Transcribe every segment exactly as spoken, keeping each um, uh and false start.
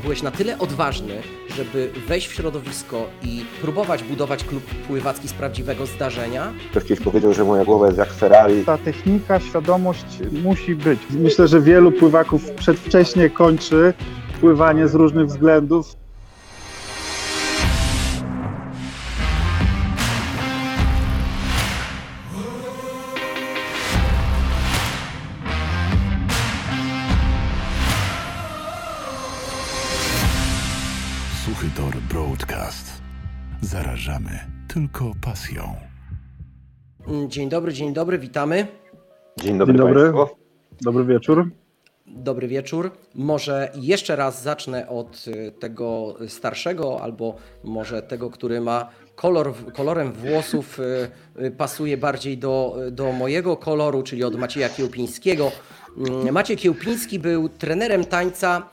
byłeś na tyle odważny, żeby wejść w środowisko i próbować budować klub pływacki z prawdziwego zdarzenia? Ktoś kiedyś powiedział, że moja głowa jest jak Ferrari. Ta technika, świadomość musi być. Myślę, że wielu pływaków przedwcześnie kończy pływanie z różnych względów. Suchytor Broadcast. Zarażamy tylko pasją. Dzień dobry, dzień dobry, witamy. Dzień dobry, Dzień dobry. Państwu. Dobry wieczór. Dobry wieczór. Może jeszcze raz zacznę od tego starszego, albo może tego, który ma kolor, kolorem włosów pasuje bardziej do, do mojego koloru, czyli od Macieja Kiełpińskiego. Maciej Kiełpiński był trenerem tańca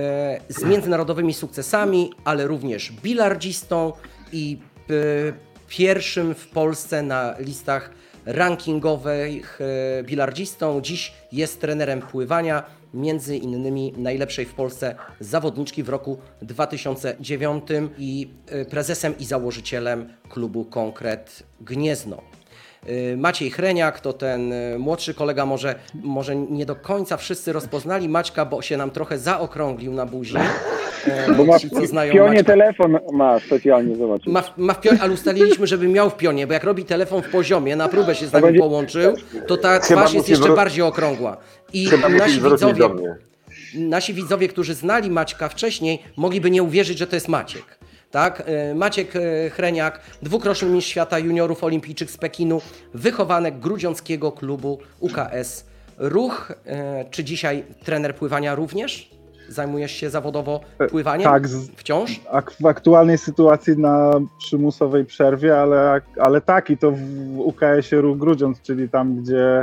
z międzynarodowymi sukcesami, ale również bilardzistą i pierwszym w Polsce na listach rankingowych bilardzistą. Dziś jest trenerem pływania, między innymi najlepszej w Polsce zawodniczki w roku dwa tysiące dziewiątym i prezesem i założycielem klubu Konkret Gniezno. Maciej Chreniak to ten młodszy kolega, może, może nie do końca wszyscy rozpoznali Maćka, bo się nam trochę zaokrąglił na buzi. Bo ma Ci, co znają w pionie Maćka, telefon ma specjalnie, zobaczyć. ma, ma w pionie, ale ustaliliśmy, żeby miał w pionie, bo jak robi telefon w poziomie, na próbę się z nami będzie- połączył, to ta Chyba twarz jest musi jeszcze wró- bardziej okrągła. I Chyba musisz nasi wrócić do widzowie, mnie. nasi widzowie, którzy znali Maćka wcześniej, mogliby nie uwierzyć, że to jest Maciek. Tak? Maciek Chreniak, dwukrotny mistrz świata juniorów, olimpijczyk z Pekinu, wychowanek grudziąckiego klubu U K S Ruch. Czy dzisiaj trener pływania również? Zajmujesz się zawodowo pływaniem? Tak, z- Wciąż? Ak- w aktualnej sytuacji na przymusowej przerwie, ale, ale tak, i to w U K S-ie Ruch Grudziądz, czyli tam, gdzie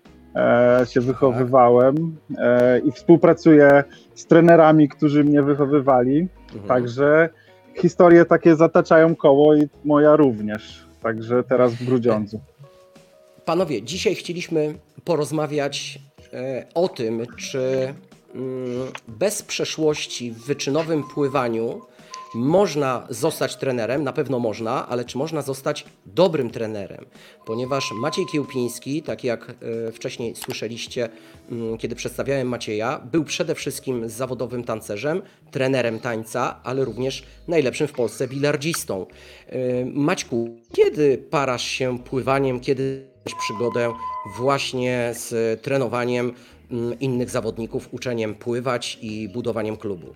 e, się wychowywałem e, i współpracuję z trenerami, którzy mnie wychowywali. Mhm. Także historie takie zataczają koło i moja również. Także teraz w Grudziądzu. Panowie, dzisiaj chcieliśmy porozmawiać e, o tym, czy mm, bez przeszłości w wyczynowym pływaniu można zostać trenerem, na pewno można, ale czy można zostać dobrym trenerem? Ponieważ Maciej Kiełpiński, tak jak e, wcześniej słyszeliście, m, kiedy przedstawiałem Macieja, był przede wszystkim zawodowym tancerzem, trenerem tańca, ale również najlepszym w Polsce bilardzistą. E, Maćku, kiedy parasz się pływaniem, kiedy masz przygodę właśnie z trenowaniem m, innych zawodników, uczeniem pływać i budowaniem klubu?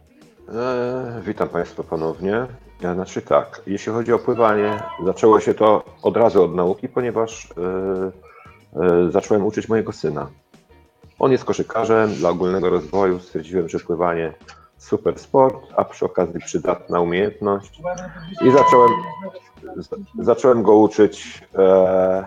E, witam Państwa ponownie. E, Znaczy tak, jeśli chodzi o pływanie, zaczęło się to od razu od nauki, ponieważ e, e, zacząłem uczyć mojego syna. On jest koszykarzem, dla ogólnego rozwoju stwierdziłem, że pływanie super sport, a przy okazji przydatna umiejętność i zacząłem, z, zacząłem go uczyć. E,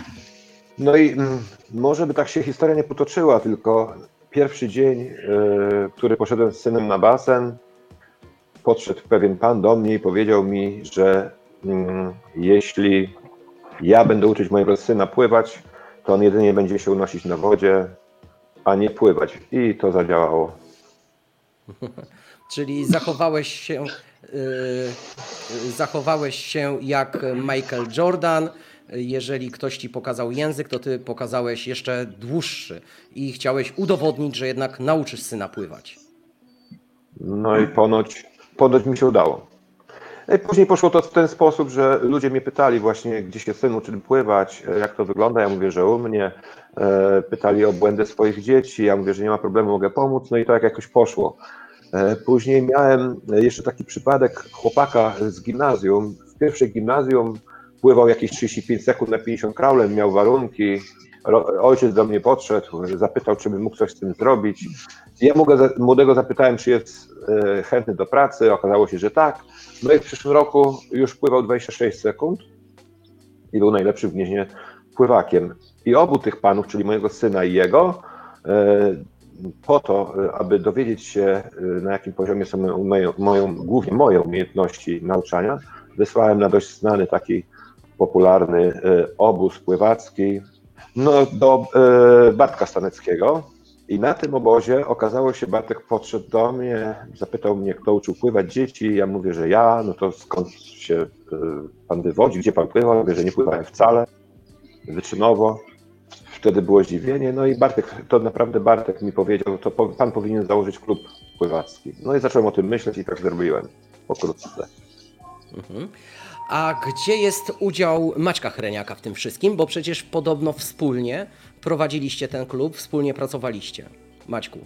no i mm, może by tak się historia nie potoczyła, tylko pierwszy dzień, e, który poszedłem z synem na basen, podszedł pewien pan do mnie i powiedział mi, że mm, jeśli ja będę uczyć mojego syna pływać, to on jedynie będzie się unosić na wodzie, a nie pływać. I to zadziałało. Czyli zachowałeś się, yy, zachowałeś się jak Michael Jordan. Jeżeli ktoś ci pokazał język, to ty pokazałeś jeszcze dłuższy i chciałeś udowodnić, że jednak nauczysz syna pływać. No i ponoć, ponoć mi się udało. No i później poszło to w ten sposób, że ludzie mnie pytali właśnie, gdzie się syn uczy pływać, jak to wygląda. Ja mówię, że u mnie. E, Pytali o błędy swoich dzieci. Ja mówię, że nie ma problemu, mogę pomóc. No i to jak jakoś poszło. E, Później miałem jeszcze taki przypadek chłopaka z gimnazjum. W pierwszej gimnazjum pływał jakieś trzydzieści pięć sekund na pięćdziesiąt kraulem, miał warunki. Ro- Ojciec do mnie podszedł, zapytał, czy bym mógł coś z tym zrobić. Ja młodego- młodego zapytałem, czy jest e, chętny do pracy. Okazało się, że tak. No i w przyszłym roku już pływał dwadzieścia sześć sekund i był najlepszym w Gnieźnie pływakiem. I obu tych panów, czyli mojego syna i jego, e, po to, e, aby dowiedzieć się, e, na jakim poziomie są moją, moją, moją, głównie moje umiejętności nauczania, wysłałem na dość znany taki popularny e, obóz pływacki, no, do e, Bartka Staneckiego. I na tym obozie okazało się, Bartek podszedł do mnie, zapytał mnie, kto uczył pływać dzieci. Ja mówię, że ja, no to skąd się pan wywodzi, gdzie pan pływał? Mówię, że nie pływałem wcale, wyczynowo. Wtedy było zdziwienie. No i Bartek, to naprawdę Bartek mi powiedział, to pan powinien założyć klub pływacki. No i zacząłem o tym myśleć i tak zrobiłem, pokrótce. Mhm. A gdzie jest udział Maćka Hreniaka w tym wszystkim? Bo przecież podobno wspólnie prowadziliście ten klub, wspólnie pracowaliście. Maćku.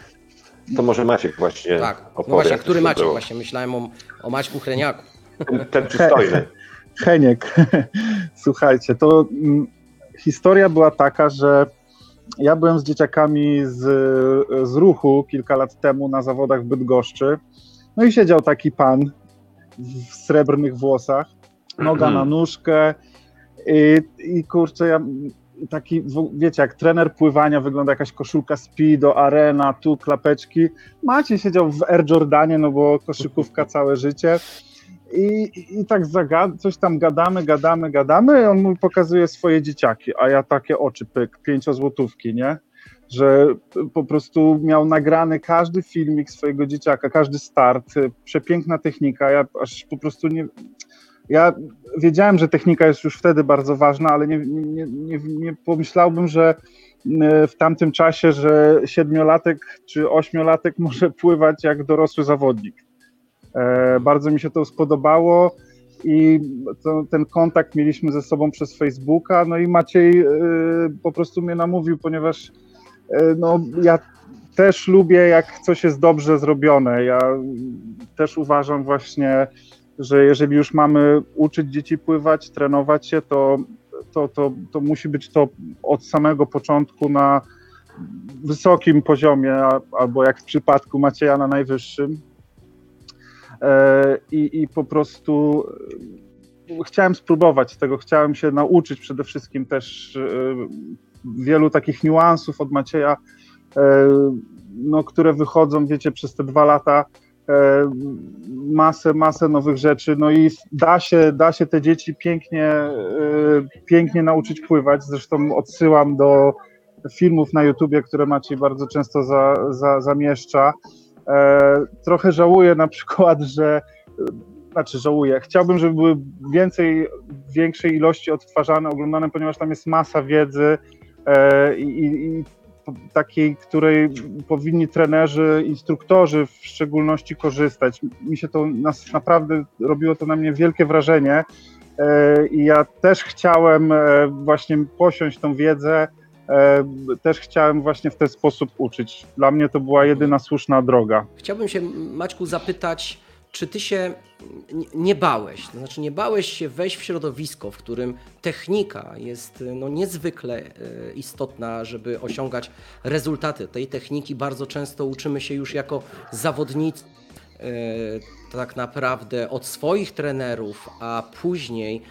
To może Maciek właśnie Tak, no opowie, właśnie, jak który to Maciek? było. Właśnie myślałem o, o Maćku Hreniaku. Ten, ten przystojny. Heniek, słuchajcie, to mm, historia była taka, że ja byłem z dzieciakami z, z ruchu kilka lat temu na zawodach w Bydgoszczy, no i siedział taki pan w srebrnych włosach, noga na nóżkę i, i kurczę, ja taki, wiecie, jak trener pływania, wygląda jakaś koszulka Speedo, Arena, tu klapeczki. Maciej siedział w Air Jordanie, no bo koszykówka całe życie. I, i tak zagad- coś tam gadamy, gadamy, gadamy i on mu pokazuje swoje dzieciaki, a ja takie oczy, pyk, pięciozłotówki, nie? Że po prostu miał nagrany każdy filmik swojego dzieciaka, każdy start, przepiękna technika, ja aż po prostu nie... Ja wiedziałem, że technika jest już wtedy bardzo ważna, ale nie, nie, nie, nie pomyślałbym, że w tamtym czasie, że siedmiolatek czy ośmiolatek może pływać jak dorosły zawodnik. E, bardzo mi się to spodobało i to, ten kontakt mieliśmy ze sobą przez Facebooka, no i Maciej e, po prostu mnie namówił, ponieważ e, no, ja też lubię, jak coś jest dobrze zrobione. Ja też uważam właśnie, że jeżeli już mamy uczyć dzieci pływać, trenować się, to, to, to, to musi być to od samego początku na wysokim poziomie, albo jak w przypadku Macieja na najwyższym. I, i po prostu chciałem spróbować tego, chciałem się nauczyć przede wszystkim też wielu takich niuansów od Macieja, no, które wychodzą, wiecie, przez te dwa lata, masę, masę nowych rzeczy, no i da się, da się te dzieci pięknie, pięknie nauczyć pływać, zresztą odsyłam do filmów na YouTubie, które Maciej bardzo często za, za, zamieszcza. Trochę żałuję na przykład, że, znaczy żałuję, chciałbym, żeby były więcej, większej ilości odtwarzane, oglądane, ponieważ tam jest masa wiedzy i, i, i takiej, której powinni trenerzy, instruktorzy w szczególności korzystać. Mi się to nas, naprawdę robiło to na mnie wielkie wrażenie i ja też chciałem właśnie posiąść tą wiedzę, też chciałem właśnie w ten sposób uczyć. Dla mnie to była jedyna słuszna droga. Chciałbym się, Maćku, zapytać, czy ty się nie bałeś, to znaczy nie bałeś się wejść w środowisko, w którym technika jest no, niezwykle istotna, żeby osiągać rezultaty. Tej techniki bardzo często uczymy się już jako zawodnicy, tak naprawdę od swoich trenerów, a później,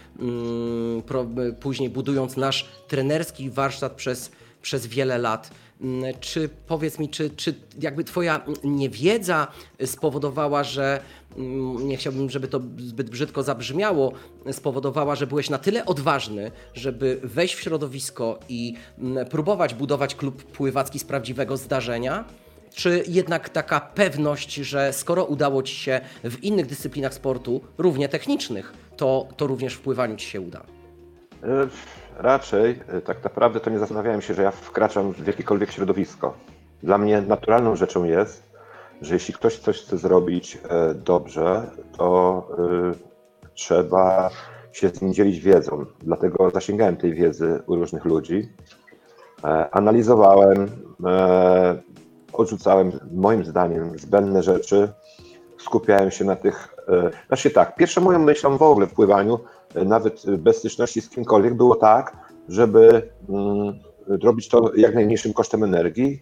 później budując nasz trenerski warsztat przez, przez wiele lat. Czy powiedz mi, czy, czy jakby twoja niewiedza spowodowała, że, nie chciałbym, żeby to zbyt brzydko zabrzmiało, spowodowała, że byłeś na tyle odważny, żeby wejść w środowisko i próbować budować klub pływacki z prawdziwego zdarzenia? Czy jednak taka pewność, że skoro udało ci się w innych dyscyplinach sportu, równie technicznych, to, to również w pływaniu ci się uda? Raczej tak naprawdę to nie zastanawiałem się, że ja wkraczam w jakiekolwiek środowisko. Dla mnie naturalną rzeczą jest, że jeśli ktoś coś chce zrobić dobrze, to trzeba się z nim dzielić wiedzą. Dlatego zasięgałem tej wiedzy u różnych ludzi. Analizowałem, odrzucałem moim zdaniem zbędne rzeczy, skupiałem się na tych... Znaczy tak, pierwszą moją myślą w ogóle w pływaniu, nawet bez styczności z kimkolwiek, było tak, żeby robić to jak najmniejszym kosztem energii,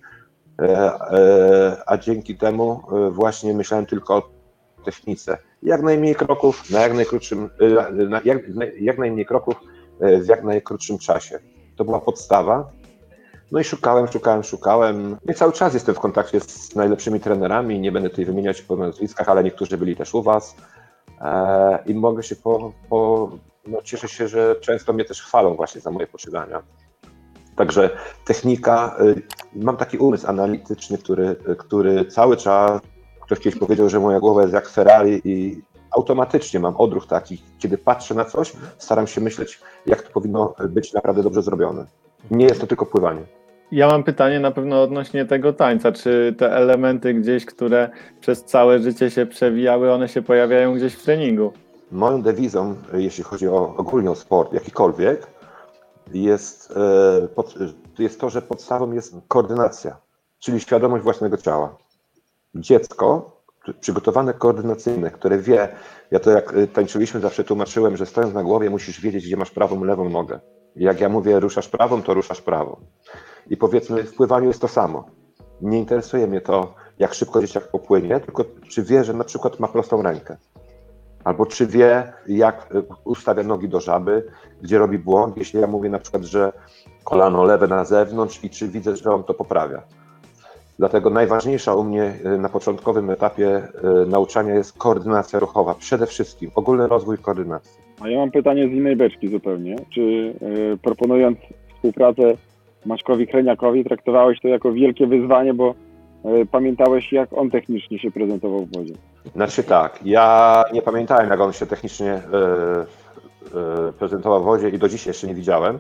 a dzięki temu właśnie myślałem tylko o technice. Jak najmniej kroków, na jak najkrótszym, na jak, jak najmniej kroków w jak najkrótszym czasie. To była podstawa. No i szukałem, szukałem, szukałem. I cały czas jestem w kontakcie z najlepszymi trenerami. Nie będę tutaj wymieniać po nazwiskach, ale niektórzy byli też u was. I mogę się po, po no cieszę się, że często mnie też chwalą właśnie za moje poczynania. Także technika, mam taki umysł analityczny, który, który cały czas, ktoś kiedyś powiedział, że moja głowa jest jak Ferrari i automatycznie mam odruch taki, kiedy patrzę na coś, staram się myśleć, jak to powinno być naprawdę dobrze zrobione. Nie jest to tylko pływanie. Ja mam pytanie na pewno odnośnie tego tańca. Czy te elementy gdzieś, które przez całe życie się przewijały, one się pojawiają gdzieś w treningu? Moją dewizą, jeśli chodzi o ogólnie o sport, jakikolwiek, jest, jest to, że podstawą jest koordynacja, czyli świadomość własnego ciała. Dziecko przygotowane koordynacyjne, które wie, ja to jak tańczyliśmy zawsze tłumaczyłem, że stojąc na głowie musisz wiedzieć, gdzie masz prawą, lewą nogę. Jak ja mówię ruszasz prawą, to ruszasz prawą. I powiedzmy w pływaniu jest to samo. Nie interesuje mnie to, jak szybko dzieciak popłynie, tylko czy wie, że na przykład ma prostą rękę. Albo czy wie, jak ustawia nogi do żaby, gdzie robi błąd, jeśli ja mówię na przykład, że kolano lewe na zewnątrz i czy widzę, że on to poprawia. Dlatego najważniejsza u mnie na początkowym etapie nauczania jest koordynacja ruchowa. Przede wszystkim ogólny rozwój koordynacji. A ja mam pytanie z innej beczki zupełnie. Czy yy, proponując współpracę Maćkowi Chreniakowi, traktowałeś to jako wielkie wyzwanie, bo yy, pamiętałeś, jak on technicznie się prezentował w wodzie? Znaczy tak, ja nie pamiętałem, jak on się technicznie yy, yy, prezentował w wodzie i do dziś jeszcze nie widziałem,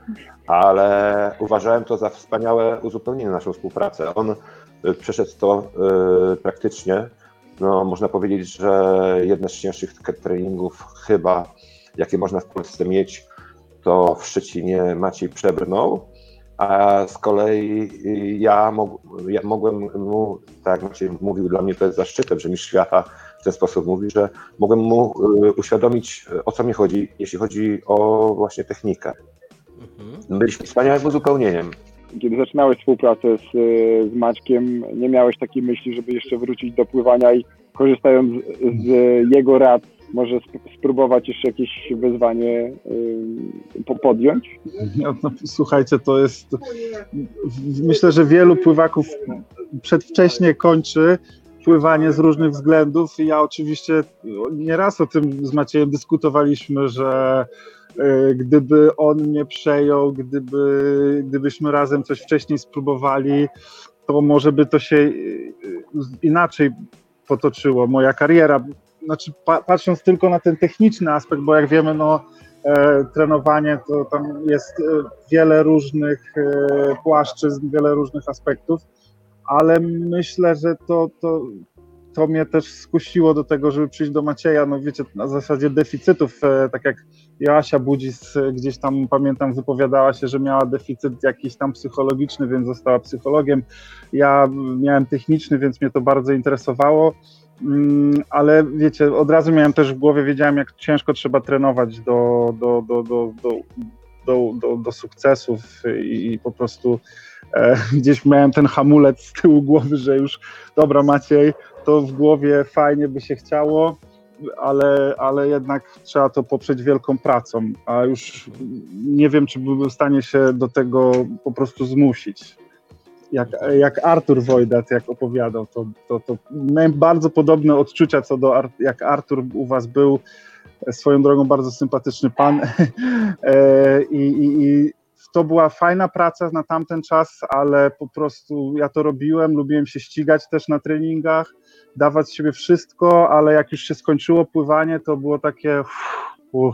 ale uważałem to za wspaniałe uzupełnienie naszą współpracę. On yy, przeszedł to yy, praktycznie, no można powiedzieć, że jedne z cięższych treningów chyba, jakie można w Polsce mieć, to w Szczecinie Maciej przebrnął, a z kolei ja, mog, ja mogłem mu, tak jak Maciej mówił, dla mnie to jest zaszczytem, że mistrz świata w ten sposób mówi, że mogłem mu uświadomić, o co mi chodzi, jeśli chodzi o właśnie technikę. Byliśmy wspaniałym uzupełnieniem. Kiedy zaczynałeś współpracę z, z Maćkiem, nie miałeś takiej myśli, żeby jeszcze wrócić do pływania i korzystając z, z jego rad, może spróbować jeszcze jakieś wyzwanie yy, podjąć? No, no, słuchajcie, to jest... Myślę, że wielu pływaków przedwcześnie kończy pływanie z różnych względów i ja oczywiście nieraz o tym z Maciejem dyskutowaliśmy, że gdyby on mnie przejął, gdyby, gdybyśmy razem coś wcześniej spróbowali, to może by to się inaczej potoczyło, moja kariera. Znaczy, patrząc tylko na ten techniczny aspekt, bo jak wiemy, no, e, trenowanie to tam jest wiele różnych e, płaszczyzn, wiele różnych aspektów, ale myślę, że to, to, to mnie też skusiło do tego, żeby przyjść do Macieja, no wiecie, na zasadzie deficytów, e, tak jak Joasia Budzis gdzieś tam, pamiętam, wypowiadała się, że miała deficyt jakiś tam psychologiczny, więc została psychologiem. Ja miałem techniczny, więc mnie to bardzo interesowało. Ale wiecie, od razu miałem też w głowie, wiedziałem, jak ciężko trzeba trenować do, do, do, do, do, do, do, do sukcesów i, i po prostu e, gdzieś miałem ten hamulec z tyłu głowy, że już dobra Maciej, to w głowie fajnie by się chciało, ale, ale jednak trzeba to poprzeć wielką pracą, a już nie wiem, czy byłbym w stanie się do tego po prostu zmusić. Jak, jak Artur Wojdat, jak opowiadał, to, to, to miałem bardzo podobne odczucia co do, jak Artur u was był, swoją drogą bardzo sympatyczny pan I, i, i to była fajna praca na tamten czas, ale po prostu ja to robiłem, lubiłem się ścigać też na treningach, dawać z siebie wszystko, ale jak już się skończyło pływanie, to było takie uff,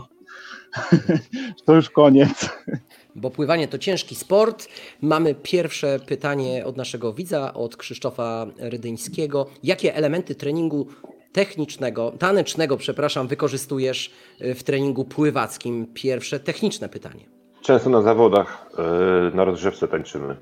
to już koniec. Bo pływanie to ciężki sport. Mamy pierwsze pytanie od naszego widza, od Krzysztofa Rydyńskiego. Jakie elementy treningu technicznego, tanecznego, przepraszam, wykorzystujesz w treningu pływackim? Pierwsze techniczne pytanie. Często na zawodach yy, na rozgrzewce tańczymy.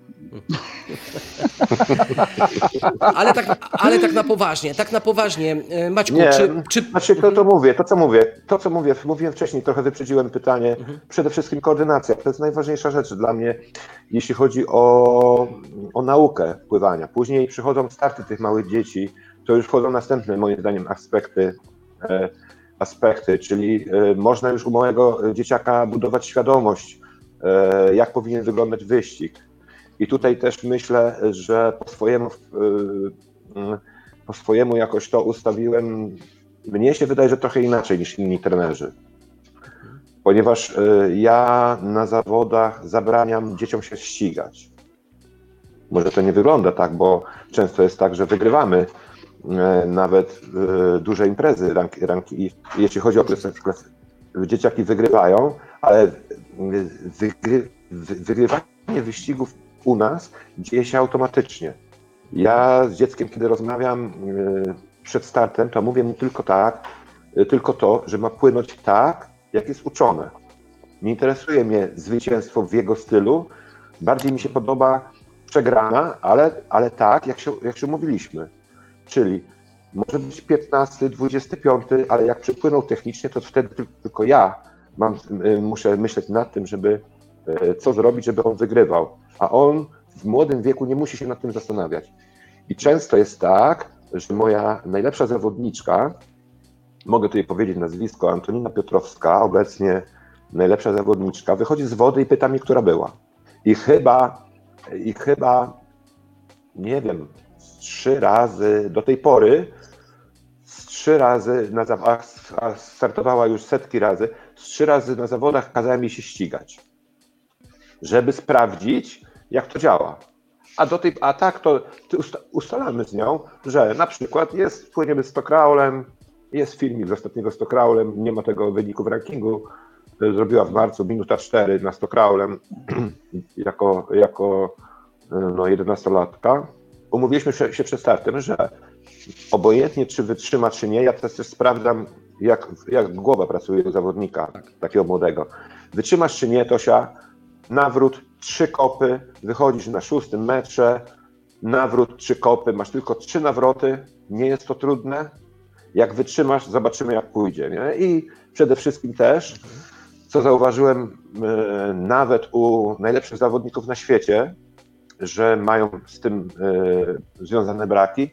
ale, tak, ale tak na poważnie, tak na poważnie. Maćku, Nie, czy... czy... Znaczy, to, to mówię, to co mówię, to co mówię, mówiłem wcześniej, trochę wyprzedziłem pytanie, mhm. Przede wszystkim koordynacja, to jest najważniejsza rzecz dla mnie, jeśli chodzi o, o naukę pływania. Później przychodzą starty tych małych dzieci, to już wchodzą następne, moim zdaniem, aspekty, e, aspekty, czyli e, można już u małego dzieciaka budować świadomość, e, jak powinien wyglądać wyścig. I tutaj też myślę, że po swojemu, po swojemu jakoś to ustawiłem, mnie się wydaje, że trochę inaczej niż inni trenerzy. ponieważ y, ja na zawodach zabraniam dzieciom się ścigać. Może to nie wygląda tak, bo często jest tak, że wygrywamy y, nawet y, duże imprezy, ranki, ranki, jeśli chodzi o klasy, dzieciaki wygrywają, ale wygry, wy, wygrywanie wyścigów u nas dzieje się automatycznie. Ja z dzieckiem, kiedy rozmawiam y, przed startem, to mówię mu tylko tak, y, tylko to, że ma płynąć tak, jak jest uczone. Nie interesuje mnie zwycięstwo w jego stylu, bardziej mi się podoba przegrana, ale, ale tak, jak się, jak się umówiliśmy. Czyli może być piętnasty, dwudziesty piąty, ale jak przepłynął technicznie, to wtedy tylko ja mam, muszę myśleć nad tym, żeby co zrobić, żeby on wygrywał. A on w młodym wieku nie musi się nad tym zastanawiać. I często jest tak, że moja najlepsza zawodniczka, mogę tutaj powiedzieć nazwisko, Antonina Piotrowska, obecnie najlepsza zawodniczka, wychodzi z wody i pyta mnie, która była. I chyba, i chyba, nie wiem, trzy razy do tej pory, z trzy razy, na, a startowała już setki razy, z trzy razy na zawodach kazałem jej się ścigać, żeby sprawdzić, jak to działa. A, do tej, a tak to ustalamy z nią, że na przykład jest, płyniemy sto kraulem, jest filmik z ostatniego sto kraulem, nie ma tego wyniku w rankingu, zrobiła w marcu minuta cztery na sto kraulem jako, jako no, jedenastolatka. Umówiliśmy się przed startem, że obojętnie czy wytrzyma, czy nie, ja też, też sprawdzam, jak, jak głowa pracuje u zawodnika takiego młodego. Wytrzymasz czy nie, Tosia, nawrót, trzy kopy, wychodzisz na szóstym metrze, nawrót, trzy kopy, masz tylko trzy nawroty, nie jest to trudne. Jak wytrzymasz, zobaczymy jak pójdzie. Nie? I przede wszystkim też, co zauważyłem e, nawet u najlepszych zawodników na świecie, że mają z tym e, związane braki,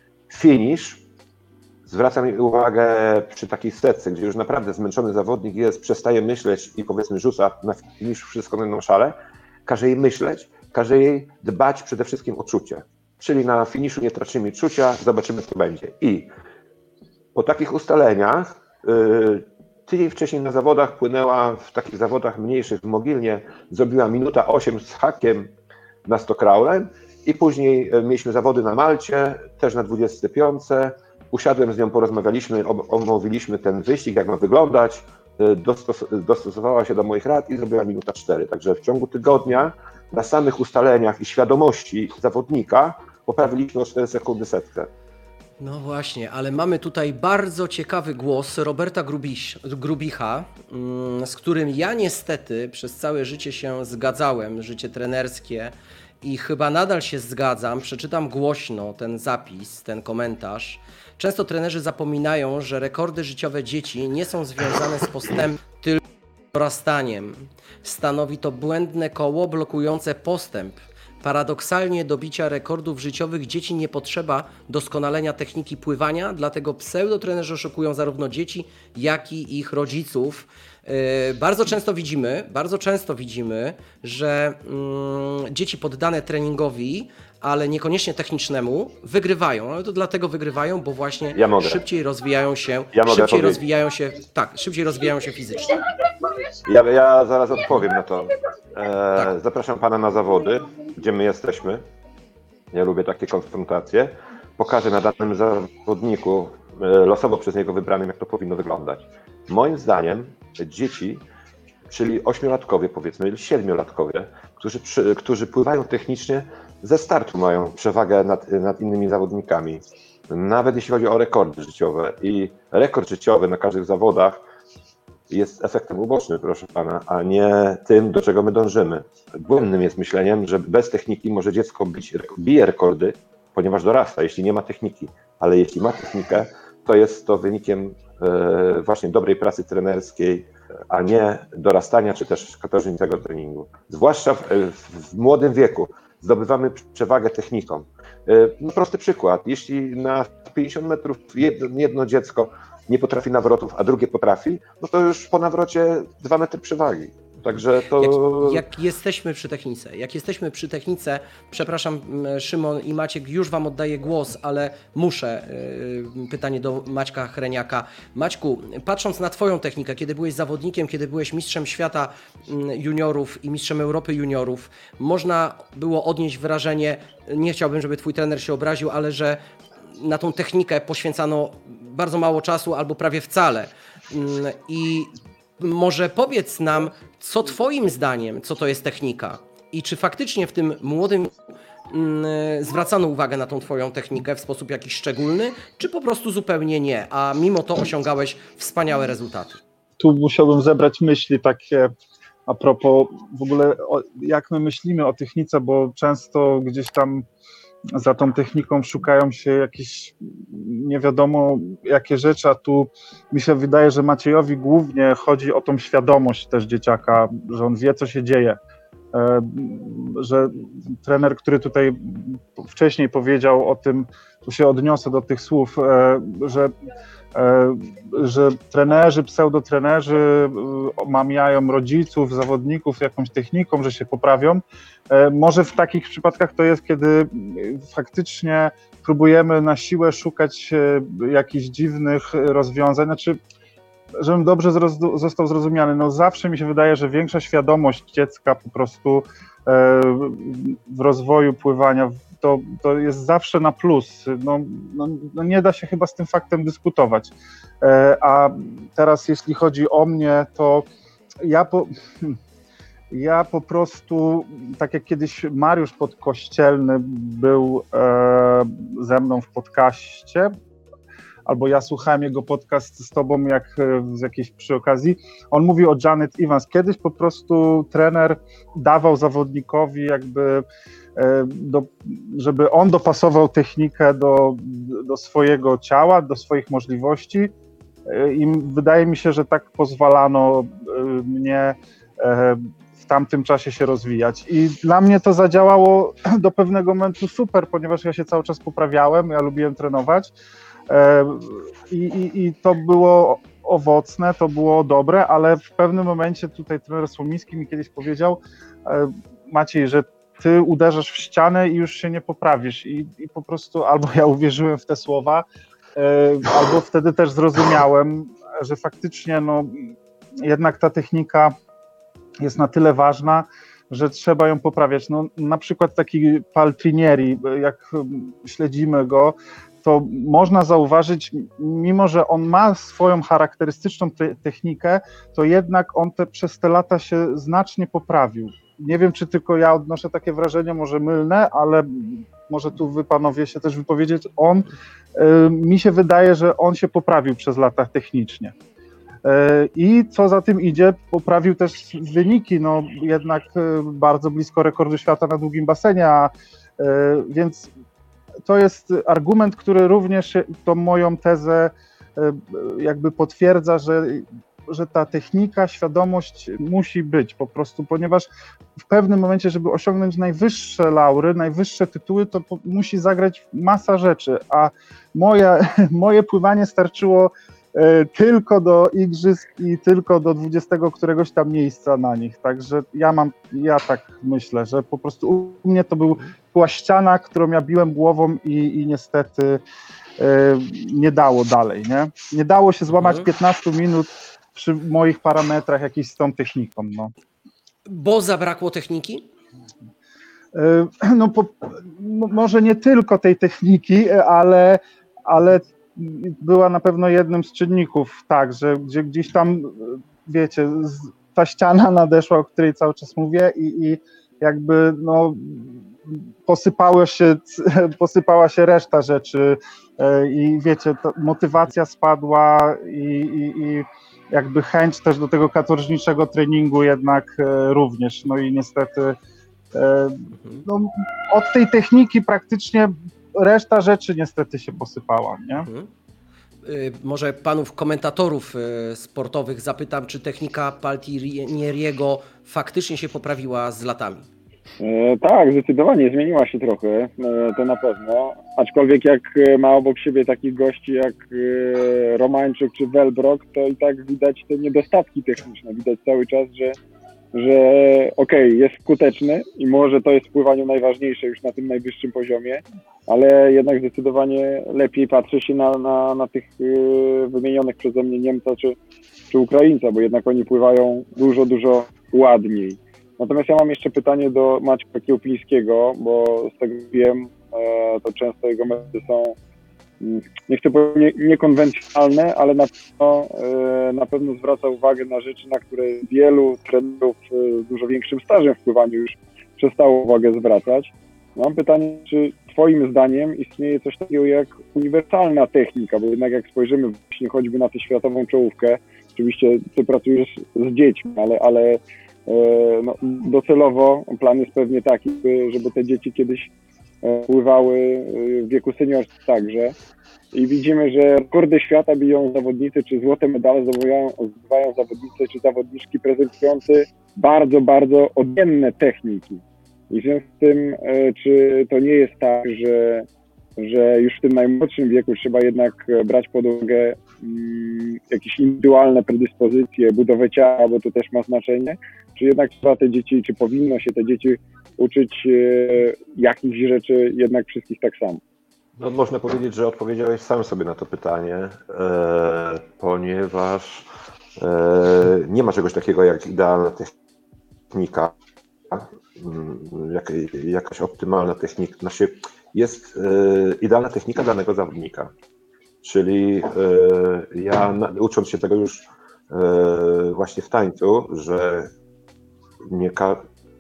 finish, zwracam uwagę przy takiej setce, gdzie już naprawdę zmęczony zawodnik jest, przestaje myśleć i powiedzmy rzuca na finish wszystko na jedną szalę, każe jej myśleć, każe jej dbać przede wszystkim o czucie. Czyli na finiszu nie tracimy czucia, zobaczymy co będzie. I po takich ustaleniach, yy, tydzień wcześniej na zawodach płynęła w takich zawodach mniejszych w Mogilnie, zrobiła minuta osiem z hakiem na sto kraulem i później mieliśmy zawody na Malcie, też na dwudziestej piątej. Usiadłem z nią, porozmawialiśmy, omówiliśmy ten wyścig, jak ma wyglądać, dostos dostosowała się do moich rad i zrobiła minuta cztery. Także w ciągu tygodnia na samych ustaleniach i świadomości zawodnika poprawiliśmy o cztery sekundy setkę. No właśnie, ale mamy tutaj bardzo ciekawy głos Roberta Grubisz, Grubicha, z którym ja niestety przez całe życie się zgadzałem, życie trenerskie i chyba nadal się zgadzam. Przeczytam głośno ten zapis, ten komentarz. Często trenerzy zapominają, że rekordy życiowe dzieci nie są związane z postępem, tylko z dorastaniem. Stanowi to błędne koło blokujące postęp. Paradoksalnie do bicia rekordów życiowych dzieci nie potrzeba doskonalenia techniki pływania, dlatego pseudotrenerzy oszukują zarówno dzieci, jak i ich rodziców. Yy, bardzo często widzimy, bardzo często widzimy, że yy, dzieci poddane treningowi, ale niekoniecznie technicznemu, wygrywają. Ale to dlatego wygrywają, bo właśnie ja szybciej rozwijają się, ja szybciej rozwijają się, tak, szybciej rozwijają się fizycznie. Ja, ja zaraz odpowiem na to. E, Tak. Zapraszam pana na zawody, gdzie my jesteśmy. Ja lubię takie konfrontacje. Pokażę na danym zawodniku, e, losowo przez niego wybranym, jak to powinno wyglądać. Moim zdaniem dzieci, czyli ośmiolatkowie powiedzmy, siedmiolatkowie, którzy, przy, którzy pływają technicznie, ze startu mają przewagę nad, nad innymi zawodnikami. Nawet jeśli chodzi o rekordy życiowe. I rekord życiowy na każdych zawodach jest efektem ubocznym, proszę pana, a nie tym, do czego my dążymy. Błędnym jest myśleniem, że bez techniki może dziecko bić, bije rekordy, ponieważ dorasta, jeśli nie ma techniki. Ale jeśli ma technikę, to jest to wynikiem e, właśnie dobrej pracy trenerskiej, a nie dorastania czy też katorżniczego treningu. Zwłaszcza w, w młodym wieku zdobywamy przewagę techniką. E, no prosty przykład, jeśli na pięćdziesiąt metrów jedno, jedno dziecko nie potrafi nawrotów, a drugie potrafi, no to już po nawrocie dwa metry przewagi. Także to... Jak, jak jesteśmy przy technice, jak jesteśmy przy technice, przepraszam Szymon i Maciek, już Wam oddaję głos, ale muszę, yy, pytanie do Maćka Hreniaka. Maćku, patrząc na Twoją technikę, kiedy byłeś zawodnikiem, kiedy byłeś mistrzem świata juniorów i mistrzem Europy juniorów, można było odnieść wrażenie, nie chciałbym, żeby Twój trener się obraził, ale że na tą technikę poświęcano bardzo mało czasu albo prawie wcale. I może powiedz nam, co Twoim zdaniem, co to jest technika i czy faktycznie w tym młodym zwracano uwagę na tą Twoją technikę w sposób jakiś szczególny, czy po prostu zupełnie nie, a mimo to osiągałeś wspaniałe rezultaty? Tu musiałbym zebrać myśli takie a propos w ogóle o, jak my myślimy o technice, bo często gdzieś tam za tą techniką szukają się jakieś nie wiadomo jakie rzeczy, a tu mi się wydaje, że Maciejowi głównie chodzi o tą świadomość też dzieciaka, że on wie, co się dzieje. Że trener, który tutaj wcześniej powiedział o tym, tu się odniosę do tych słów, że, że trenerzy, pseudotrenerzy omamiają rodziców, zawodników jakąś techniką, że się poprawią. Może w takich przypadkach to jest, kiedy faktycznie próbujemy na siłę szukać jakichś dziwnych rozwiązań, znaczy żebym dobrze zroz- został zrozumiany, no zawsze mi się wydaje, że większa świadomość dziecka po prostu e, w rozwoju pływania to, to jest zawsze na plus. No, no, no nie da się chyba z tym faktem dyskutować. E, a teraz jeśli chodzi o mnie, to ja po, ja po prostu, tak jak kiedyś Mariusz Podkościelny był e, ze mną w podcaście, albo ja słuchałem jego podcast z tobą jak z jakiejś przy okazji, on mówił o Janet Evans. Kiedyś po prostu trener dawał zawodnikowi jakby, do, żeby on dopasował technikę do, do swojego ciała, do swoich możliwości i wydaje mi się, że tak pozwalano mnie w tamtym czasie się rozwijać. I dla mnie to zadziałało do pewnego momentu super, ponieważ ja się cały czas poprawiałem, ja lubiłem trenować. I, i, I to było owocne, to było dobre, ale w pewnym momencie tutaj trener Słomiński mi kiedyś powiedział: Maciej, że ty uderzasz w ścianę i już się nie poprawisz. I, i po prostu albo ja uwierzyłem w te słowa, albo wtedy też zrozumiałem, że faktycznie no, jednak ta technika jest na tyle ważna, że trzeba ją poprawiać. No, na przykład taki Paltrinieri, jak śledzimy go, to można zauważyć, mimo że on ma swoją charakterystyczną te- technikę, to jednak on te, przez te lata się znacznie poprawił. Nie wiem, czy tylko ja odnoszę takie wrażenie, może mylne, ale może tu wy panowie się też wypowiedzieć. On, y, mi się wydaje, że on się poprawił przez lata technicznie. Y, I co za tym idzie, poprawił też wyniki, no jednak y, bardzo blisko rekordu świata na długim basenie, a, y, więc to jest argument, który również tą moją tezę jakby potwierdza, że, że ta technika, świadomość musi być po prostu, ponieważ w pewnym momencie, żeby osiągnąć najwyższe laury, najwyższe tytuły, to po, musi zagrać masa rzeczy, a moje, moje pływanie starczyło tylko do igrzysk i tylko do dwudziestego któregoś tam miejsca na nich, także ja mam, ja tak myślę, że po prostu u mnie to był, była ściana, którą ja biłem głową i, i niestety y, nie dało dalej, nie? Nie dało się złamać piętnaście minut przy moich parametrach jakiś z tą techniką, no. Bo zabrakło techniki? Y, no, po, no może nie tylko tej techniki, ale, ale była na pewno jednym z czynników, tak, że gdzie, gdzieś tam, wiecie, ta ściana nadeszła, o której cały czas mówię i, i jakby no, posypało się, posypała się reszta rzeczy i wiecie, motywacja spadła i, i, i jakby chęć też do tego katorżniczego treningu jednak również, no i niestety no, od tej techniki praktycznie reszta rzeczy niestety się posypała, nie? Mhm. Może panów komentatorów sportowych zapytam, czy technika Paltrinieriego faktycznie się poprawiła z latami? E, tak, zdecydowanie zmieniła się trochę, e, to na pewno. Aczkolwiek jak ma obok siebie takich gości jak e, Romańczyk czy Welbrock, to i tak widać te niedostatki techniczne. Widać cały czas, że że okej, okay, jest skuteczny i może to jest w pływaniu najważniejsze już na tym najwyższym poziomie, ale jednak zdecydowanie lepiej patrzy się na, na, na tych yy, wymienionych przeze mnie Niemca czy, czy Ukraińca, bo jednak oni pływają dużo, dużo ładniej. Natomiast ja mam jeszcze pytanie do Maćka Kiełplińskiego, bo z tego wiem, e, to często jego metody są, nie chcę powiedzieć niekonwencjonalne, ale na pewno, e, na pewno zwraca uwagę na rzeczy, na które wielu trenerów z dużo większym stażem w pływaniu już przestało uwagę zwracać. Mam pytanie, czy twoim zdaniem istnieje coś takiego jak uniwersalna technika, bo jednak jak spojrzymy właśnie choćby na tę światową czołówkę, oczywiście ty pracujesz z dziećmi, ale, ale no, docelowo plan jest pewnie taki, żeby te dzieci kiedyś pływały w wieku seniorskim także. I widzimy, że rekordy świata biją zawodnicy, czy złote medale zdobywają, zdobywają zawodnicy, czy zawodniczki prezentujący bardzo, bardzo odmienne techniki. I w związku z tym, czy to nie jest tak, że, że już w tym najmłodszym wieku trzeba jednak brać pod uwagę um, jakieś indywidualne predyspozycje, budowę ciała, bo to też ma znaczenie, czy jednak trzeba te dzieci, czy powinno się te dzieci uczyć e, jakichś rzeczy jednak wszystkich tak samo? No, można powiedzieć, że odpowiedziałeś sam sobie na to pytanie, e, ponieważ e, nie ma czegoś takiego jak idealna technika, jak, jakaś optymalna technika. Znaczy jest e, idealna technika danego zawodnika. Czyli e, ja na, ucząc się tego już e, właśnie w tańcu, że nie, ka,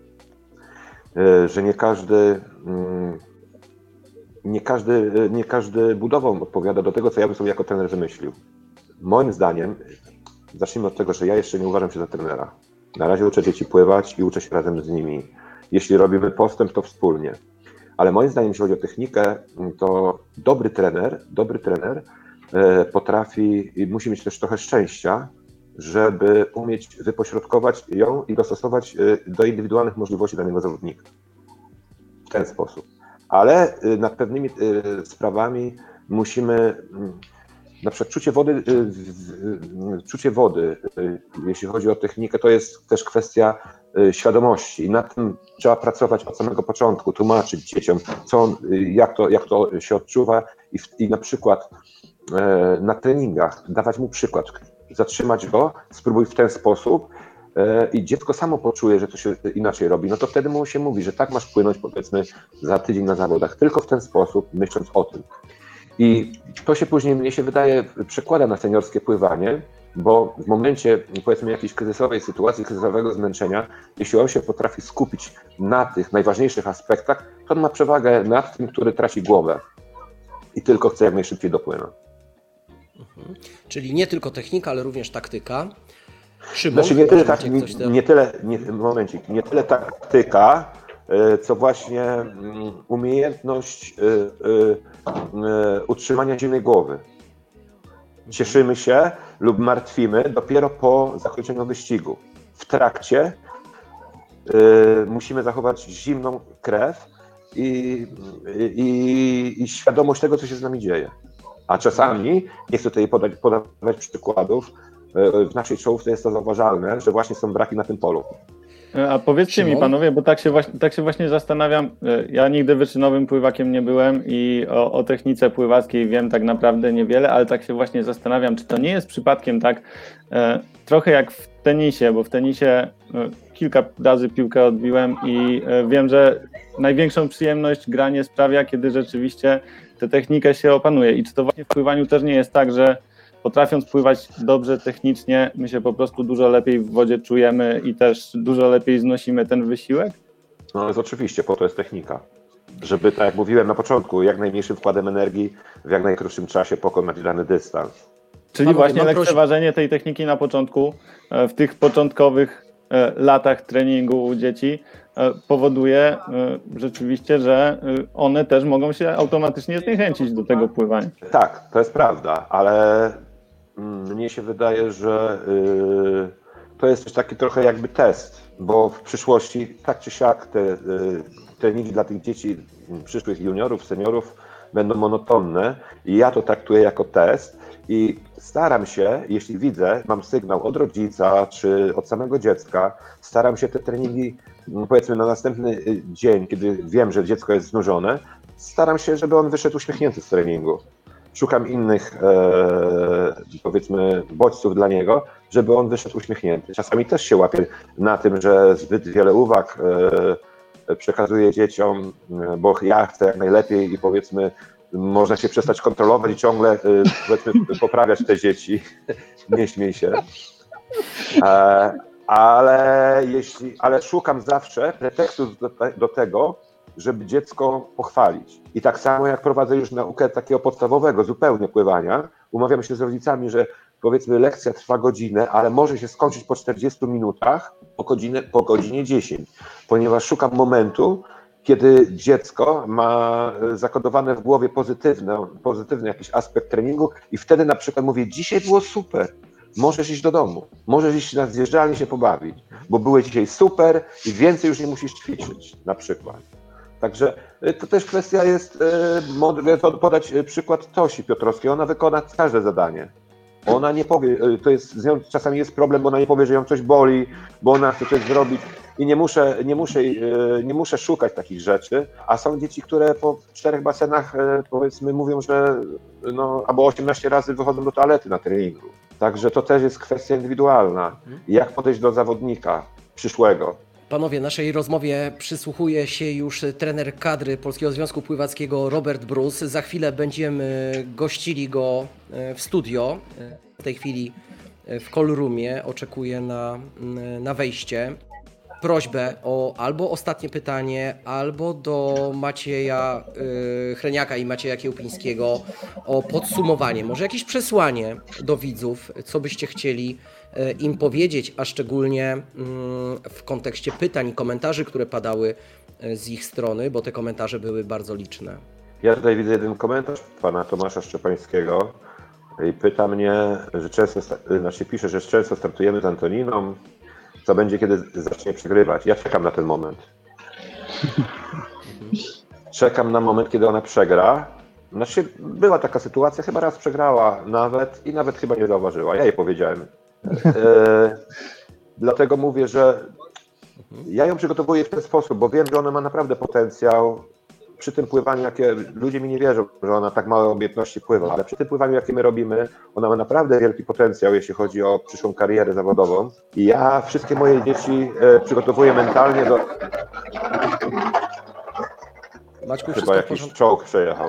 e, że nie każdy mm, nie każdy, nie każdy budową odpowiada do tego, co ja bym sobie jako trener wymyślił. Moim zdaniem, zacznijmy od tego, że ja jeszcze nie uważam się za trenera. Na razie uczę dzieci pływać i uczę się razem z nimi. Jeśli robimy postęp, to wspólnie. Ale moim zdaniem, jeśli chodzi o technikę, to dobry trener, dobry trener potrafi i musi mieć też trochę szczęścia, żeby umieć wypośrodkować ją i dostosować do indywidualnych możliwości danego zawodnika. W ten sposób. Ale nad pewnymi sprawami musimy, na przykład czucie wody, czucie wody, jeśli chodzi o technikę, to jest też kwestia świadomości i nad tym trzeba pracować od samego początku, tłumaczyć dzieciom, co, jak, to, jak to się odczuwa i, w, i na przykład na treningach dawać mu przykład, zatrzymać go, spróbuj w ten sposób, i dziecko samo poczuje, że to się inaczej robi, no to wtedy mu się mówi, że tak masz płynąć powiedzmy za tydzień na zawodach, tylko w ten sposób, myśląc o tym. I to się później, mnie się wydaje, przekłada na seniorskie pływanie, bo w momencie powiedzmy jakiejś kryzysowej sytuacji, kryzysowego zmęczenia, jeśli on się potrafi skupić na tych najważniejszych aspektach, to on ma przewagę nad tym, który traci głowę i tylko chce jak najszybciej dopłynąć. Mhm. Czyli nie tylko technika, ale również taktyka. Szymon, znaczy nie tyle, tak, nie, do... nie tyle, nie, momencik, nie tyle taktyka, co właśnie umiejętność utrzymania zimnej głowy. Cieszymy się lub martwimy dopiero po zakończeniu wyścigu. W trakcie musimy zachować zimną krew i, i, i świadomość tego, co się z nami dzieje. A czasami, nie chcę tutaj podać, podawać przykładów, w naszej czołówce jest to zauważalne, że właśnie są braki na tym polu. A powiedzcie Szymon? mi panowie, bo tak się, właśnie, tak się właśnie zastanawiam, ja nigdy wyczynowym pływakiem nie byłem i o, o technice pływackiej wiem tak naprawdę niewiele, ale tak się właśnie zastanawiam, czy to nie jest przypadkiem tak e, trochę jak w tenisie, bo w tenisie e, kilka razy piłkę odbiłem i e, wiem, że największą przyjemność granie sprawia, kiedy rzeczywiście tę technikę się opanuje. I czy to właśnie w pływaniu też nie jest tak, że potrafiąc pływać dobrze technicznie, my się po prostu dużo lepiej w wodzie czujemy i też dużo lepiej znosimy ten wysiłek? No jest oczywiście, po to jest technika. Żeby, tak jak mówiłem na początku, jak najmniejszym wkładem energii w jak najkrótszym czasie pokonać dany dystans. Czyli Panowie, właśnie mam lekceważenie tej techniki na początku, w tych początkowych latach treningu u dzieci powoduje rzeczywiście, że one też mogą się automatycznie zniechęcić do tego pływania. Tak, to jest prawda, ale mnie się wydaje, że to jest też taki trochę jakby test, bo w przyszłości tak czy siak te treningi dla tych dzieci, przyszłych juniorów, seniorów będą monotonne i ja to traktuję jako test I staram się, jeśli widzę, mam sygnał od rodzica czy od samego dziecka, staram się te treningi, powiedzmy na następny dzień, kiedy wiem, że dziecko jest znużone, staram się, żeby on wyszedł uśmiechnięty z treningu. Szukam innych, e, powiedzmy, bodźców dla niego, żeby on wyszedł uśmiechnięty. Czasami też się łapię na tym, że zbyt wiele uwag e, przekazuję dzieciom, bo ja chcę jak najlepiej i powiedzmy, można się przestać kontrolować i ciągle e, powiedzmy, poprawiać te dzieci. Nie śmiej się. E, ale, jeśli, ale szukam zawsze pretekstu do, do tego, żeby dziecko pochwalić. I tak samo jak prowadzę już naukę takiego podstawowego, zupełnie pływania, umawiam się z rodzicami, że powiedzmy lekcja trwa godzinę, ale może się skończyć po czterdziestu minutach, po godzinie, po godzinie dziesięć, ponieważ szukam momentu, kiedy dziecko ma zakodowane w głowie pozytywny, pozytywny jakiś aspekt treningu i wtedy na przykład mówię, dzisiaj było super, możesz iść do domu, możesz iść na zjeżdżalnię się pobawić, bo byłeś dzisiaj super i więcej już nie musisz ćwiczyć na przykład. Także to też kwestia jest, mogę podać przykład Tosi Piotrowskiej, ona wykona każde zadanie. Ona nie powie, to jest, z nią czasami jest problem, bo ona nie powie, że ją coś boli, bo ona chce coś zrobić i nie muszę, nie muszę, nie muszę szukać takich rzeczy, a są dzieci, które po czterech basenach powiedzmy mówią, że no, albo osiemnaście razy wychodzą do toalety na treningu. Także to też jest kwestia indywidualna. Jak podejść do zawodnika przyszłego? Panowie, naszej rozmowie przysłuchuje się już trener kadry Polskiego Związku Pływackiego Robert Bruce. Za chwilę będziemy gościli go w studio. W tej chwili w call roomie oczekuje na, na wejście. Prośbę o albo ostatnie pytanie, albo do Macieja y, Chreniaka i Macieja Kiełpińskiego o podsumowanie. Może jakieś przesłanie do widzów, co byście chcieli y, im powiedzieć, a szczególnie y, w kontekście pytań i komentarzy, które padały y, z ich strony, bo te komentarze były bardzo liczne. Ja tutaj widzę jeden komentarz pana Tomasza Szczepańskiego i pyta mnie, że często, znaczy pisze, że często startujemy z Antoniną, co będzie, kiedy zacznie przegrywać. Ja czekam na ten moment. Czekam na moment, kiedy ona przegra. Znaczy, była taka sytuacja, chyba raz przegrała nawet i nawet chyba nie zauważyła. Ja jej powiedziałem. E, dlatego mówię, że ja ją przygotowuję w ten sposób, bo wiem, że ona ma naprawdę potencjał. Przy tym pływaniu, jakie ludzie mi nie wierzą, że ona tak małe umiejętności pływa, ale przy tym pływaniu, jakie my robimy, ona ma naprawdę wielki potencjał, jeśli chodzi o przyszłą karierę zawodową. I ja wszystkie moje dzieci e, przygotowuję mentalnie do... Maćku, Chyba jakiś czołg przejechał.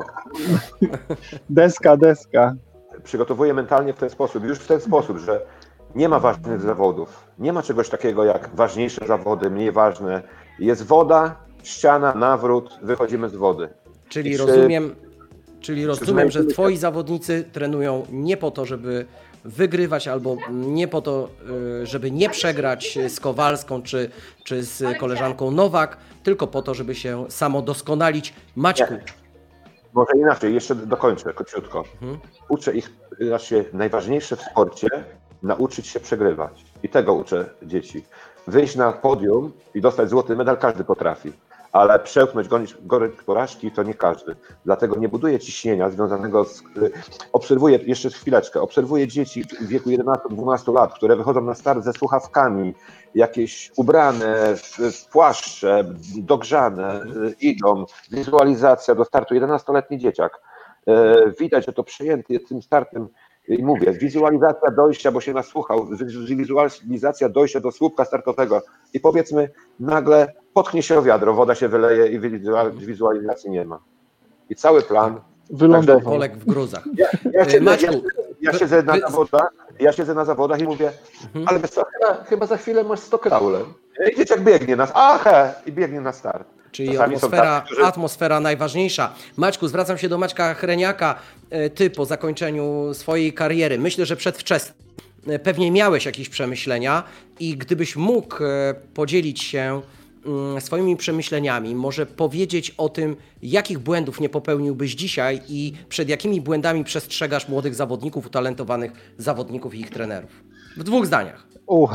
Deska, deska. Przygotowuję mentalnie w ten sposób, już w ten sposób, że nie ma ważnych zawodów. Nie ma czegoś takiego jak ważniejsze zawody, mniej ważne. Jest woda, ściana, nawrót, wychodzimy z wody. Czyli Czy, rozumiem, czyli czy rozumiem, że znajdujecie- twoi zawodnicy trenują nie po to, żeby wygrywać, albo nie po to, y, żeby nie przegrać z Kowalską czy, czy z koleżanką Nowak, tylko po to, żeby się samodoskonalić. Maćku, Może inaczej, jeszcze dokończę króciutko. Mhm. Uczę ich, znaczy najważniejsze w sporcie, nauczyć się przegrywać. I tego uczę dzieci. Wyjść na podium i dostać złoty medal każdy potrafi, ale przełknąć gorycz porażki to nie każdy. Dlatego nie buduję ciśnienia związanego z... Obserwuję, jeszcze chwileczkę, obserwuję dzieci w wieku jedenastu dwunastu lat, które wychodzą na start ze słuchawkami, jakieś ubrane w, w płaszcze, dogrzane, idą, wizualizacja do startu, jedenastoletni dzieciak. Widać, że to przejęty jest tym startem. I mówię, wizualizacja dojścia, bo się nasłuchał, wizualizacja dojścia do słupka startowego i powiedzmy nagle potknie się o wiadro, woda się wyleje i wizualizacji nie ma. I cały plan... Wylądował. Polek w gruzach. Ja, ja, siedzę, Maćku, ja, ja, siedzę na wy- zawodach, ja siedzę na zawodach i mówię, Mhm. ale wiesz co, chyba, chyba za chwilę masz sto kraulem. I dzieciak biegnie na aha, i biegnie na start. Czyli Czasami są atmosfera, tacy, którzy- atmosfera najważniejsza. Maćku, zwracam się do Maćka Chreniaka. E, Ty po zakończeniu swojej kariery, myślę, że przedwczesnie, e, pewnie miałeś jakieś przemyślenia i gdybyś mógł e, podzielić się mm, swoimi przemyśleniami, może powiedzieć o tym, jakich błędów nie popełniłbyś dzisiaj i przed jakimi błędami przestrzegasz młodych zawodników, utalentowanych zawodników i ich trenerów. W dwóch zdaniach. U.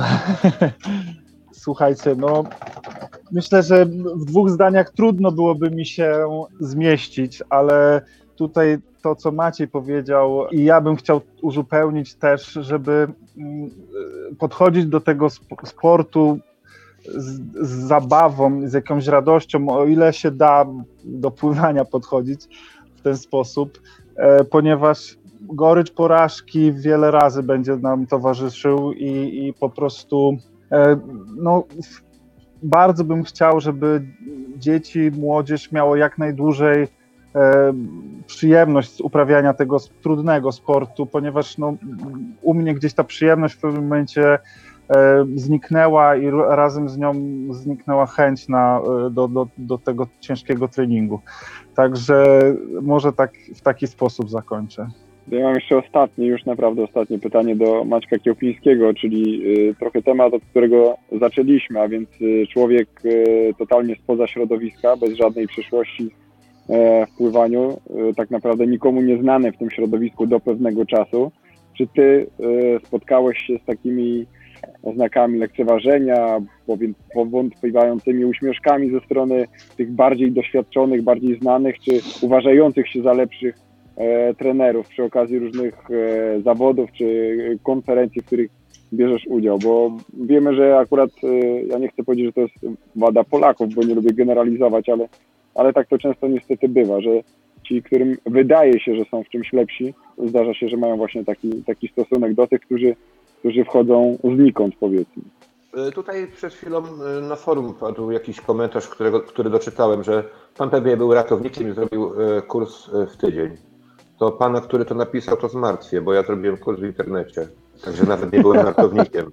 Słuchajcie, no myślę, że w dwóch zdaniach trudno byłoby mi się zmieścić, ale tutaj to, co Maciej powiedział, i ja bym chciał uzupełnić też, żeby podchodzić do tego sportu z, z zabawą, z jakąś radością, o ile się da do pływania podchodzić w ten sposób, ponieważ gorycz porażki wiele razy będzie nam towarzyszył i, i po prostu no, bardzo bym chciał, żeby dzieci, młodzież miało jak najdłużej e, przyjemność z uprawiania tego trudnego sportu, ponieważ no, u mnie gdzieś ta przyjemność w pewnym momencie e, zniknęła i razem z nią zniknęła chęć na, do, do, do tego ciężkiego treningu. Także może tak, w taki sposób zakończę. Ja mam jeszcze ostatnie, już naprawdę ostatnie pytanie do Maćka Kiełpińskiego, czyli y, trochę temat, od którego zaczęliśmy, a więc y, człowiek y, totalnie spoza środowiska, bez żadnej przyszłości y, w pływaniu, y, tak naprawdę nikomu nieznany w tym środowisku do pewnego czasu. Czy ty y, spotkałeś się z takimi oznakami lekceważenia, powątpliwającymi uśmieszkami ze strony tych bardziej doświadczonych, bardziej znanych, czy uważających się za lepszych E, trenerów przy okazji różnych e, zawodów czy konferencji, w których bierzesz udział, bo wiemy, że akurat, e, ja nie chcę powiedzieć, że to jest wada Polaków, bo nie lubię generalizować, ale, ale tak to często niestety bywa, że ci, którym wydaje się, że są w czymś lepsi, zdarza się, że mają właśnie taki, taki stosunek do tych, którzy, którzy wchodzą znikąd, powiedzmy. Tutaj przed chwilą na forum padł jakiś komentarz, którego, który doczytałem, że pan pewnie był ratownikiem i zrobił kurs w tydzień. To pana, który to napisał, to zmartwię, bo ja zrobiłem kurs w internecie. Także nawet nie byłem ratownikiem.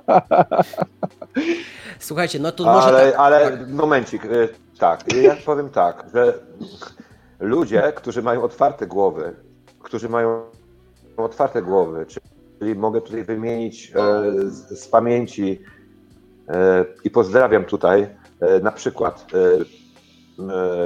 Słuchajcie, no to może ale, tak. Ale tak. momencik, tak, ja powiem tak, że ludzie, którzy mają otwarte głowy, którzy mają otwarte głowy, czyli mogę tutaj wymienić e, z, z pamięci e, i pozdrawiam tutaj e, na przykład e,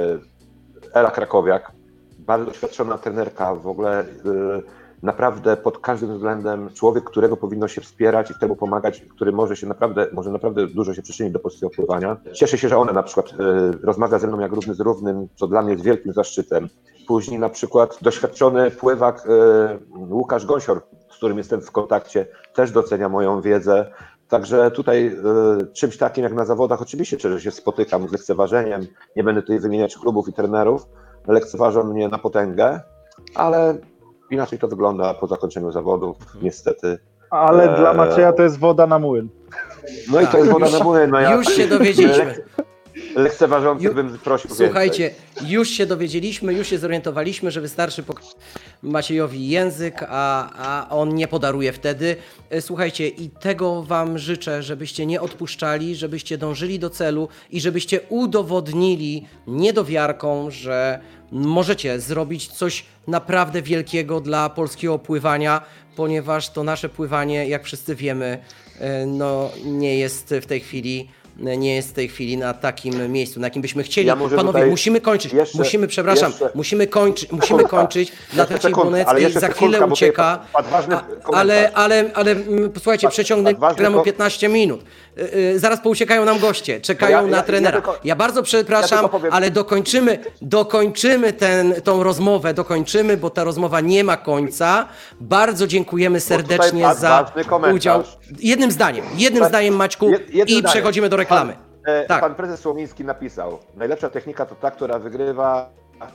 e, Ela Krakowiak, bardzo doświadczona trenerka, w ogóle y, naprawdę pod każdym względem człowiek, którego powinno się wspierać i któremu pomagać, który może się naprawdę, może naprawdę dużo się przyczynić do polskiego pływania. Cieszę się, że ona na przykład y, rozmawia ze mną jak równy z równym, co dla mnie jest wielkim zaszczytem. Później na przykład doświadczony pływak y, Łukasz Gąsior, z którym jestem w kontakcie, też docenia moją wiedzę. Także tutaj y, czymś takim jak na zawodach, oczywiście, że się spotykam z lekceważeniem, nie będę tutaj wymieniać klubów i trenerów, lekceważą mnie na potęgę, ale inaczej to wygląda po zakończeniu zawodów, niestety. Ale eee... dla Macieja to jest woda na młyn. No i to jest woda już, na młyn. No ja już się dowiedzieliśmy. Lekceważących Ju... bym prosił Słuchajcie, więcej. już się dowiedzieliśmy, już się zorientowaliśmy, że wystarczy pokazać Maciejowi język, a, a on nie podaruje wtedy. Słuchajcie, i tego wam życzę, żebyście nie odpuszczali, żebyście dążyli do celu i żebyście udowodnili niedowiarkom, że możecie zrobić coś naprawdę wielkiego dla polskiego pływania, ponieważ to nasze pływanie, jak wszyscy wiemy, no nie jest w tej chwili nie jest w tej chwili na takim miejscu, na jakim byśmy chcieli. Ja Panowie, musimy kończyć. jeszcze, musimy, przepraszam, jeszcze, musimy kończyć, musimy kończyć. Dla Taci Boneckiej za chwilę ucieka. Ale, ale, ale posłuchajcie, przeciągnę programu piętnaście minut. Yy, zaraz pouciekają nam goście, czekają ja, ja, na trenera. Ja, tylko, ja bardzo przepraszam, ja ale dokończymy, dokończymy ten, tą rozmowę, dokończymy, bo ta rozmowa nie ma końca. Bardzo dziękujemy serdecznie za udział. Jednym zdaniem, jednym zdaniem, Maćku, Jed, i przechodzimy do reklamy. Pan, e, tak. pan prezes Słomiński napisał, najlepsza technika to ta, która wygrywa,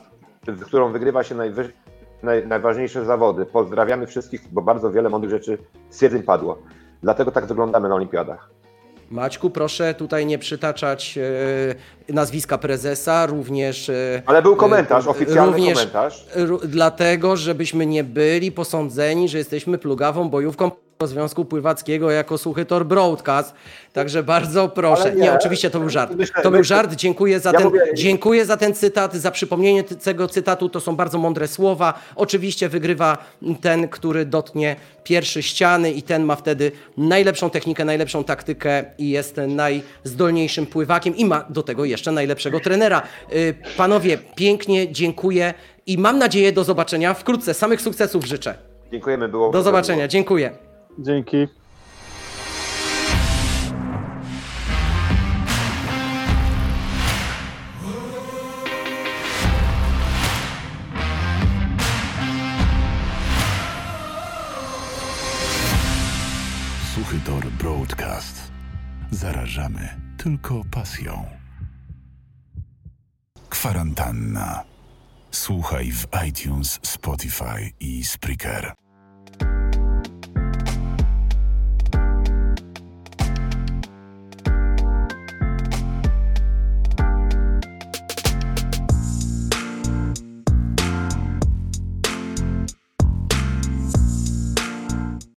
którą wygrywa się najwyż, naj, najważniejsze zawody. Pozdrawiamy wszystkich, bo bardzo wiele mądrych rzeczy stwierdzeń padło. Dlatego tak wyglądamy na olimpiadach. Maćku, proszę tutaj nie przytaczać e, nazwiska prezesa, również... E, Ale był komentarz, e, oficjalny również, komentarz. R, dlatego, żebyśmy nie byli posądzeni, że jesteśmy plugawą bojówką Związku Pływackiego jako Suchy Tor Broadcast. Także bardzo proszę. Nie, nie, oczywiście to był żart. Myślę, to był myślę, żart. Dziękuję za, ja ten, mówię... dziękuję za ten cytat, za przypomnienie tego cytatu. To są bardzo mądre słowa. Oczywiście wygrywa ten, który dotknie pierwszy ściany i ten ma wtedy najlepszą technikę, najlepszą taktykę i jest najzdolniejszym pływakiem i ma do tego jeszcze najlepszego trenera. Panowie, pięknie dziękuję i mam nadzieję do zobaczenia wkrótce. Samych sukcesów życzę. Dziękujemy. Było do zobaczenia. Było. Dziękuję. Dzięki. Suchy Tor Broadcast. Zarażamy tylko pasją. Kwarantanna. Słuchaj w iTunes, Spotify i Spreaker.